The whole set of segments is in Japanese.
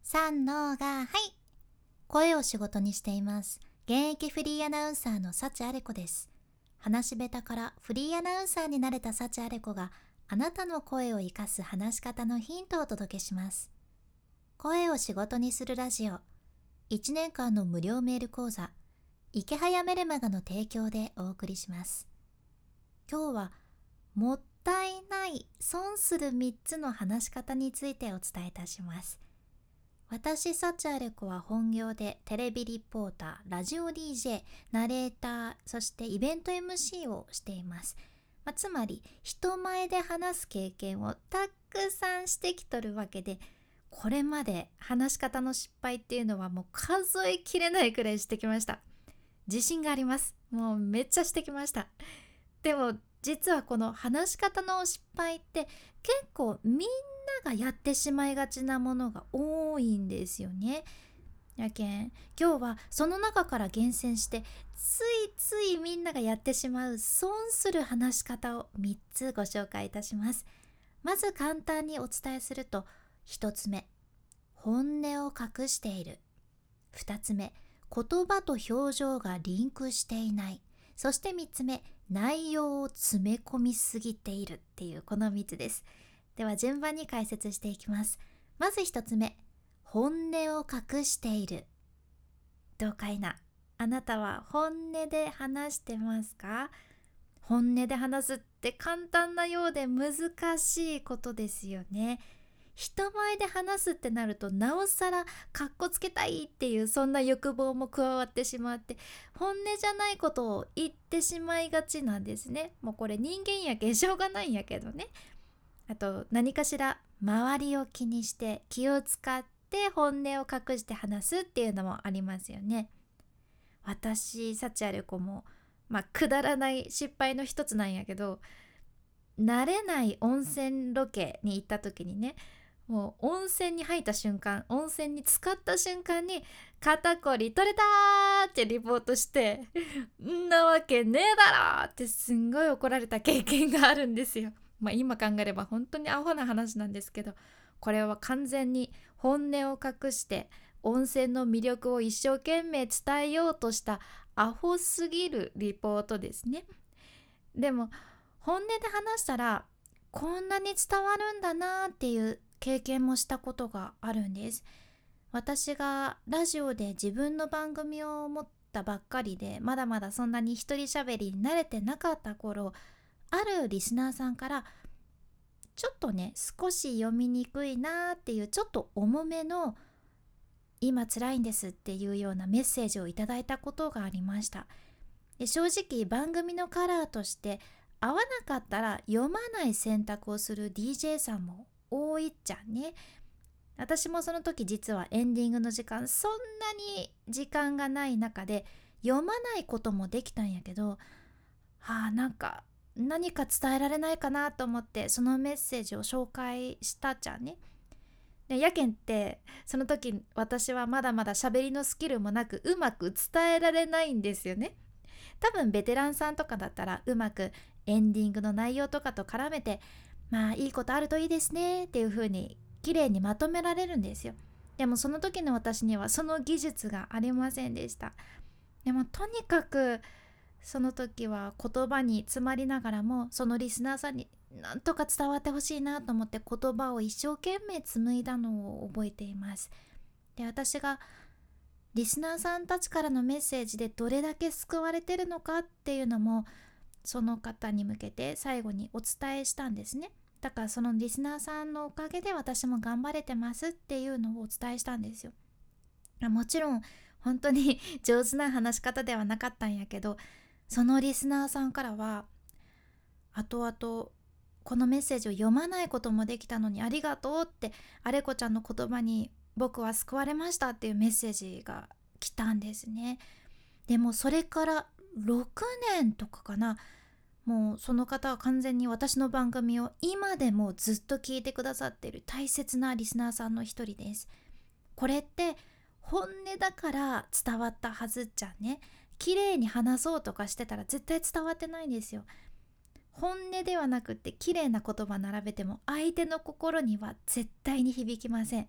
三のがはい。声を仕事にしています。現役フリーアナウンサーの幸あれ子です。話し下手からフリーアナウンサーになれた幸あれ子があなたの声を生かす話し方のヒントをお届けします。声を仕事にするラジオ。1年間の無料メール講座、池早メルマガの提供でお送りします。今日はもったいない損する3つの話し方についてお伝えいたします。私幸あれ子は本業でテレビリポーター、ラジオ DJ、ナレーター、そしてイベント MC をしています。つまり人前で話す経験をたくさんしてきとるわけで、これまで話し方の失敗っていうのはもう数えきれないくらいしてきました。自信があります。もうめっちゃしてきました。でも実はこの話し方の失敗って結構みんながやってしまいがちなものが多いんですよね。やけん今日はその中から厳選してついついみんながやってしまう損する話し方を3つご紹介いたします。まず簡単にお伝えすると、1つ目、本音を隠している。2つ目、言葉と表情がリンクしていない。そして3つ目、内容を詰め込みすぎているっていうこの3つです。では順番に解説していきます。まず1つ目、本音を隠している。どうかいな。あなたは本音で話してますか？本音で話すって簡単なようで難しいことですよね。人前で話すってなるとなおさらかっこつけたいっていうそんな欲望も加わってしまって、本音じゃないことを言ってしまいがちなんですね。もうこれ人間やけんしょうがないんやけどね。あと何かしら周りを気にして気を使って本音を隠して話すっていうのもありますよね。私幸あれ子もくだらない失敗の一つなんやけど、慣れない温泉ロケに行った時にね、もう温泉に入った瞬間、温泉に浸かった瞬間に肩こり取れたーってリポートしてんなわけねえだろってすんごい怒られた経験があるんですよ。今考えれば本当にアホな話なんですけど、これは完全に本音を隠して温泉の魅力を一生懸命伝えようとしたアホすぎるリポートですね。でも本音で話したらこんなに伝わるんだなっていう経験もしたことがあるんです。私がラジオで自分の番組を持ったばっかりで、まだまだそんなに一人喋りに慣れてなかった頃、あるリスナーさんからちょっとね、少し読みにくいなっていうちょっと重めの今辛いんですっていうようなメッセージをいただいたことがありました。で、正直番組のカラーとして合わなかったら読まない選択をする DJ さんも多いっちゃね。私もその時実はエンディングの時間そんなに時間がない中で読まないこともできたんやけど、なんか何か伝えられないかなと思ってそのメッセージを紹介したっちゃね。でやけんってその時私はまだまだ喋りのスキルもなくうまく伝えられないんですよね。多分ベテランさんとかだったらうまくエンディングの内容とかと絡めて、いいことあるといいですねっていう風に綺麗にまとめられるんですよ。でもその時の私にはその技術がありませんでした。でもとにかくその時は言葉に詰まりながらも、そのリスナーさんになんとか伝わってほしいなと思って言葉を一生懸命紡いだのを覚えています。で、私がリスナーさんたちからのメッセージでどれだけ救われてるのかっていうのもその方に向けて最後にお伝えしたんですね。だからそのリスナーさんのおかげで私も頑張れてますっていうのをお伝えしたんですよ。もちろん本当に上手な話し方ではなかったんやけど、そのリスナーさんからは後々このメッセージを読まないこともできたのにありがとうって、あれこちゃんの言葉に僕は救われましたっていうメッセージが来たんですね。でもそれから6年とかかな、もうその方は完全に私の番組を今でもずっと聞いてくださっている大切なリスナーさんの一人です。これって本音だから伝わったはずっちゃね。綺麗に話そうとかしてたら絶対伝わってないんですよ。本音ではなくって綺麗な言葉並べても相手の心には絶対に響きません。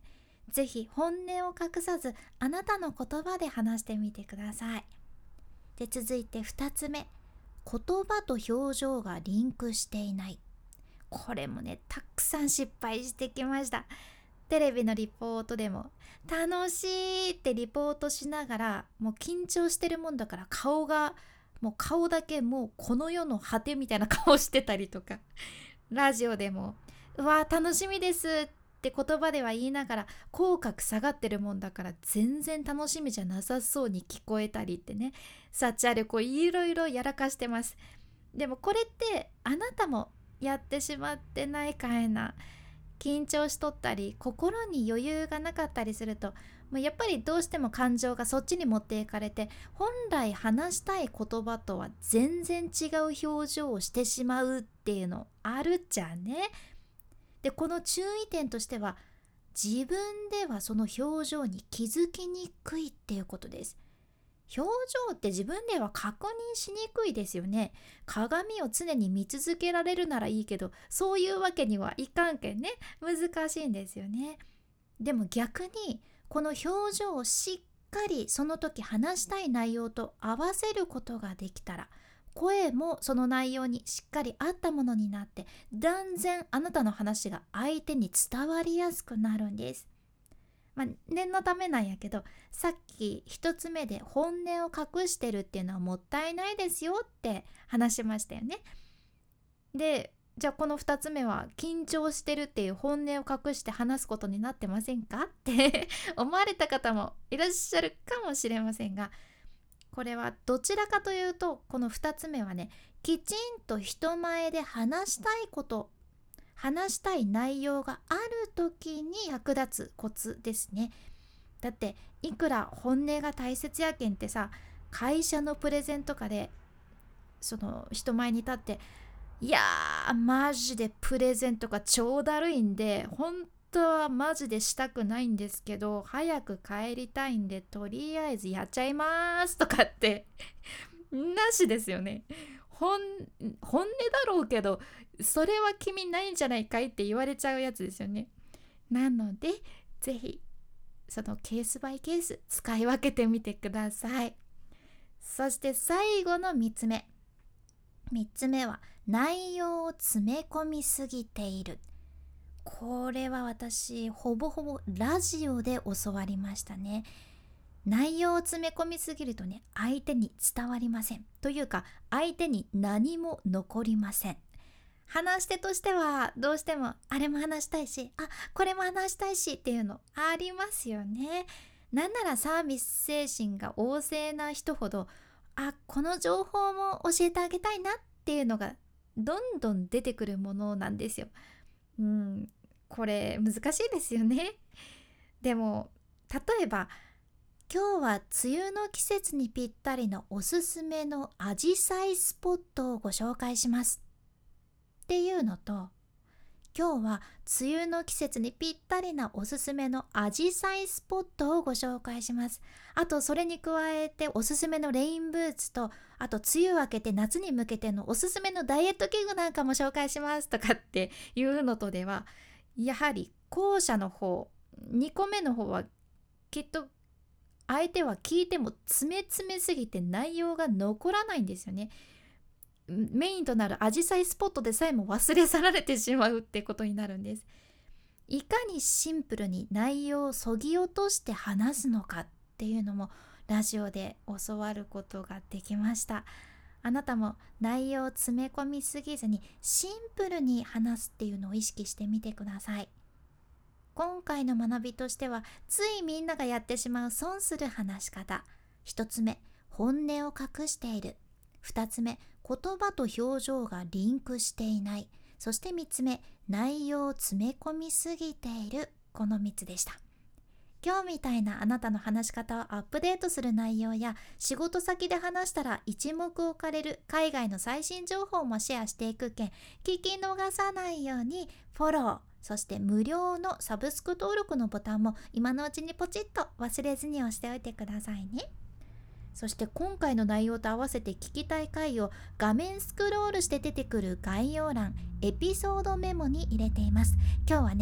ぜひ本音を隠さずあなたの言葉で話してみてください。で、続いて2つ目、言葉と表情がリンクしていない。これもね、たくさん失敗してきました。テレビのリポートでも楽しいってリポートしながら、もう緊張してるもんだから顔だけもうこの世の果てみたいな顔してたりとか、ラジオでもうわ楽しみですって言葉では言いながら口角下がってるもんだから全然楽しみじゃなさそうに聞こえたりってね、幸あれいろいろやらかしてます。でもこれってあなたもやってしまってないかいな。緊張しとったり心に余裕がなかったりすると、もうやっぱりどうしても感情がそっちに持っていかれて、本来話したい言葉とは全然違う表情をしてしまうっていうのあるじゃんね。で、この注意点としては、自分ではその表情に気づきにくいっていうことです。表情って自分では確認しにくいですよね。鏡を常に見続けられるならいいけど、そういうわけにはいかんけんね、難しいんですよね。でも逆にこの表情をしっかりその時話したい内容と合わせることができたら、声もその内容にしっかり合ったものになって、断然あなたの話が相手に伝わりやすくなるんです。念のためなんやけど、さっき一つ目で本音を隠してるっていうのはもったいないですよって話しましたよね。で、じゃあこの二つ目は緊張してるっていう本音を隠して話すことになってませんかって思われた方もいらっしゃるかもしれませんが、これはどちらかというと、この2つ目はね、きちんと人前で話したいこと、話したい内容がある時に役立つコツですね。だっていくら本音が大切やけんってさ、会社のプレゼンとかでその人前に立って、いやーマジでプレゼントが超だるいんで本当はマジでしたくないんですけど早く帰りたいんでとりあえずやっちゃいますとかってなしですよね。本音だろうけどそれは君ないんじゃないかいって言われちゃうやつですよね。なのでぜひそのケースバイケース使い分けてみてください。そして最後の3つ目は内容を詰め込みすぎている。これは私ほぼほぼラジオで教わりましたね。内容を詰め込みすぎるとね、相手に伝わりません。というか相手に何も残りません。話し手としてはどうしてもあれも話したいし、これも話したいしっていうのありますよね。なんならサービス精神が旺盛な人ほど、この情報も教えてあげたいなっていうのがどんどん出てくるものなんですよ。これ難しいですよね。でも例えば今日は梅雨の季節にぴったりのおすすめのアジサイスポットをご紹介しますっていうのと、今日は梅雨の季節にぴったりなおすすめのアジサイスポットをご紹介します。あとそれに加えておすすめのレインブーツと、あと梅雨明けて夏に向けてのおすすめのダイエット器具なんかも紹介しますとかっていうのとでは、やはり後者の方、2個目の方はきっと相手は聞いても詰めすぎて内容が残らないんですよね。メインとなるアジサイスポットでさえも忘れ去られてしまうってことになるんです。いかにシンプルに内容をそぎ落として話すのかっていうのもラジオで教わることができました。あなたも内容を詰め込みすぎずにシンプルに話すっていうのを意識してみてください。今回の学びとしては、ついみんながやってしまう損する話し方。1つ目、本音を隠している。2つ目、言葉と表情がリンクしていない。そして3つ目、内容を詰め込みすぎている。この3つでした。今日みたいなあなたの話し方をアップデートする内容や、仕事先で話したら一目置かれる海外の最新情報もシェアしていくけん、聞き逃さないようにフォロー、そして無料のサブスク登録のボタンも今のうちにポチッと忘れずに押しておいてくださいね。そして今回の内容と合わせて聞きたい回を画面スクロールして出てくる概要欄、エピソードメモに入れています。今日はね、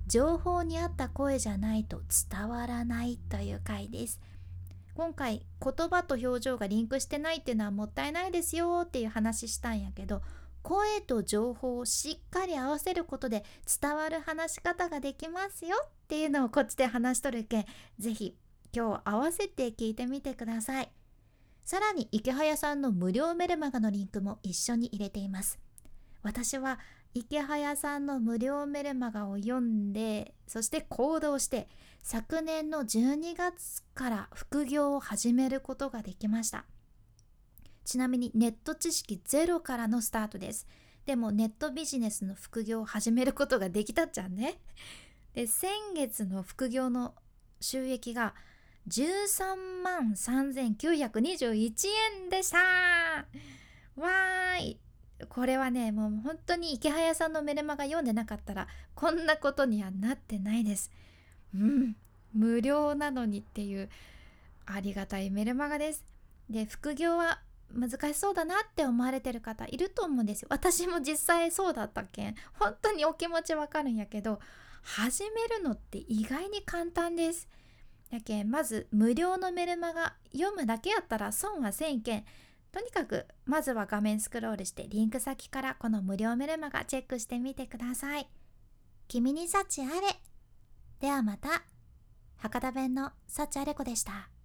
情報に合った声じゃないと伝わらないという回です。今回言葉と表情がリンクしてないっていうのはもったいないですよっていう話したんやけど、声と情報をしっかり合わせることで伝わる話し方ができますよっていうのをこっちで話しとるけん、ぜひ今日合わせて聞いてみてください。さらに池早さんの無料メルマガのリンクも一緒に入れています。私は池早さんの無料メルマガを読んで、そして行動して、昨年の12月から副業を始めることができました。ちなみにネット知識ゼロからのスタートです。でもネットビジネスの副業を始めることができたっちゃね。で、先月の副業の収益が13万3921円でした。わーい。これはね、もう本当に池早さんのメルマガ読んでなかったらこんなことにはなってないです。無料なのにっていうありがたいメルマガです。で、副業は難しそうだなって思われてる方いると思うんですよ。私も実際そうだったけん本当にお気持ちわかるんやけど、始めるのって意外に簡単です。やけんまず無料のメルマガ読むだけやったら損はせんけん、とにかくまずは画面スクロールしてリンク先からこの無料メルマガチェックしてみてください。君に幸あれ。ではまた。博多弁の幸あれ子でした。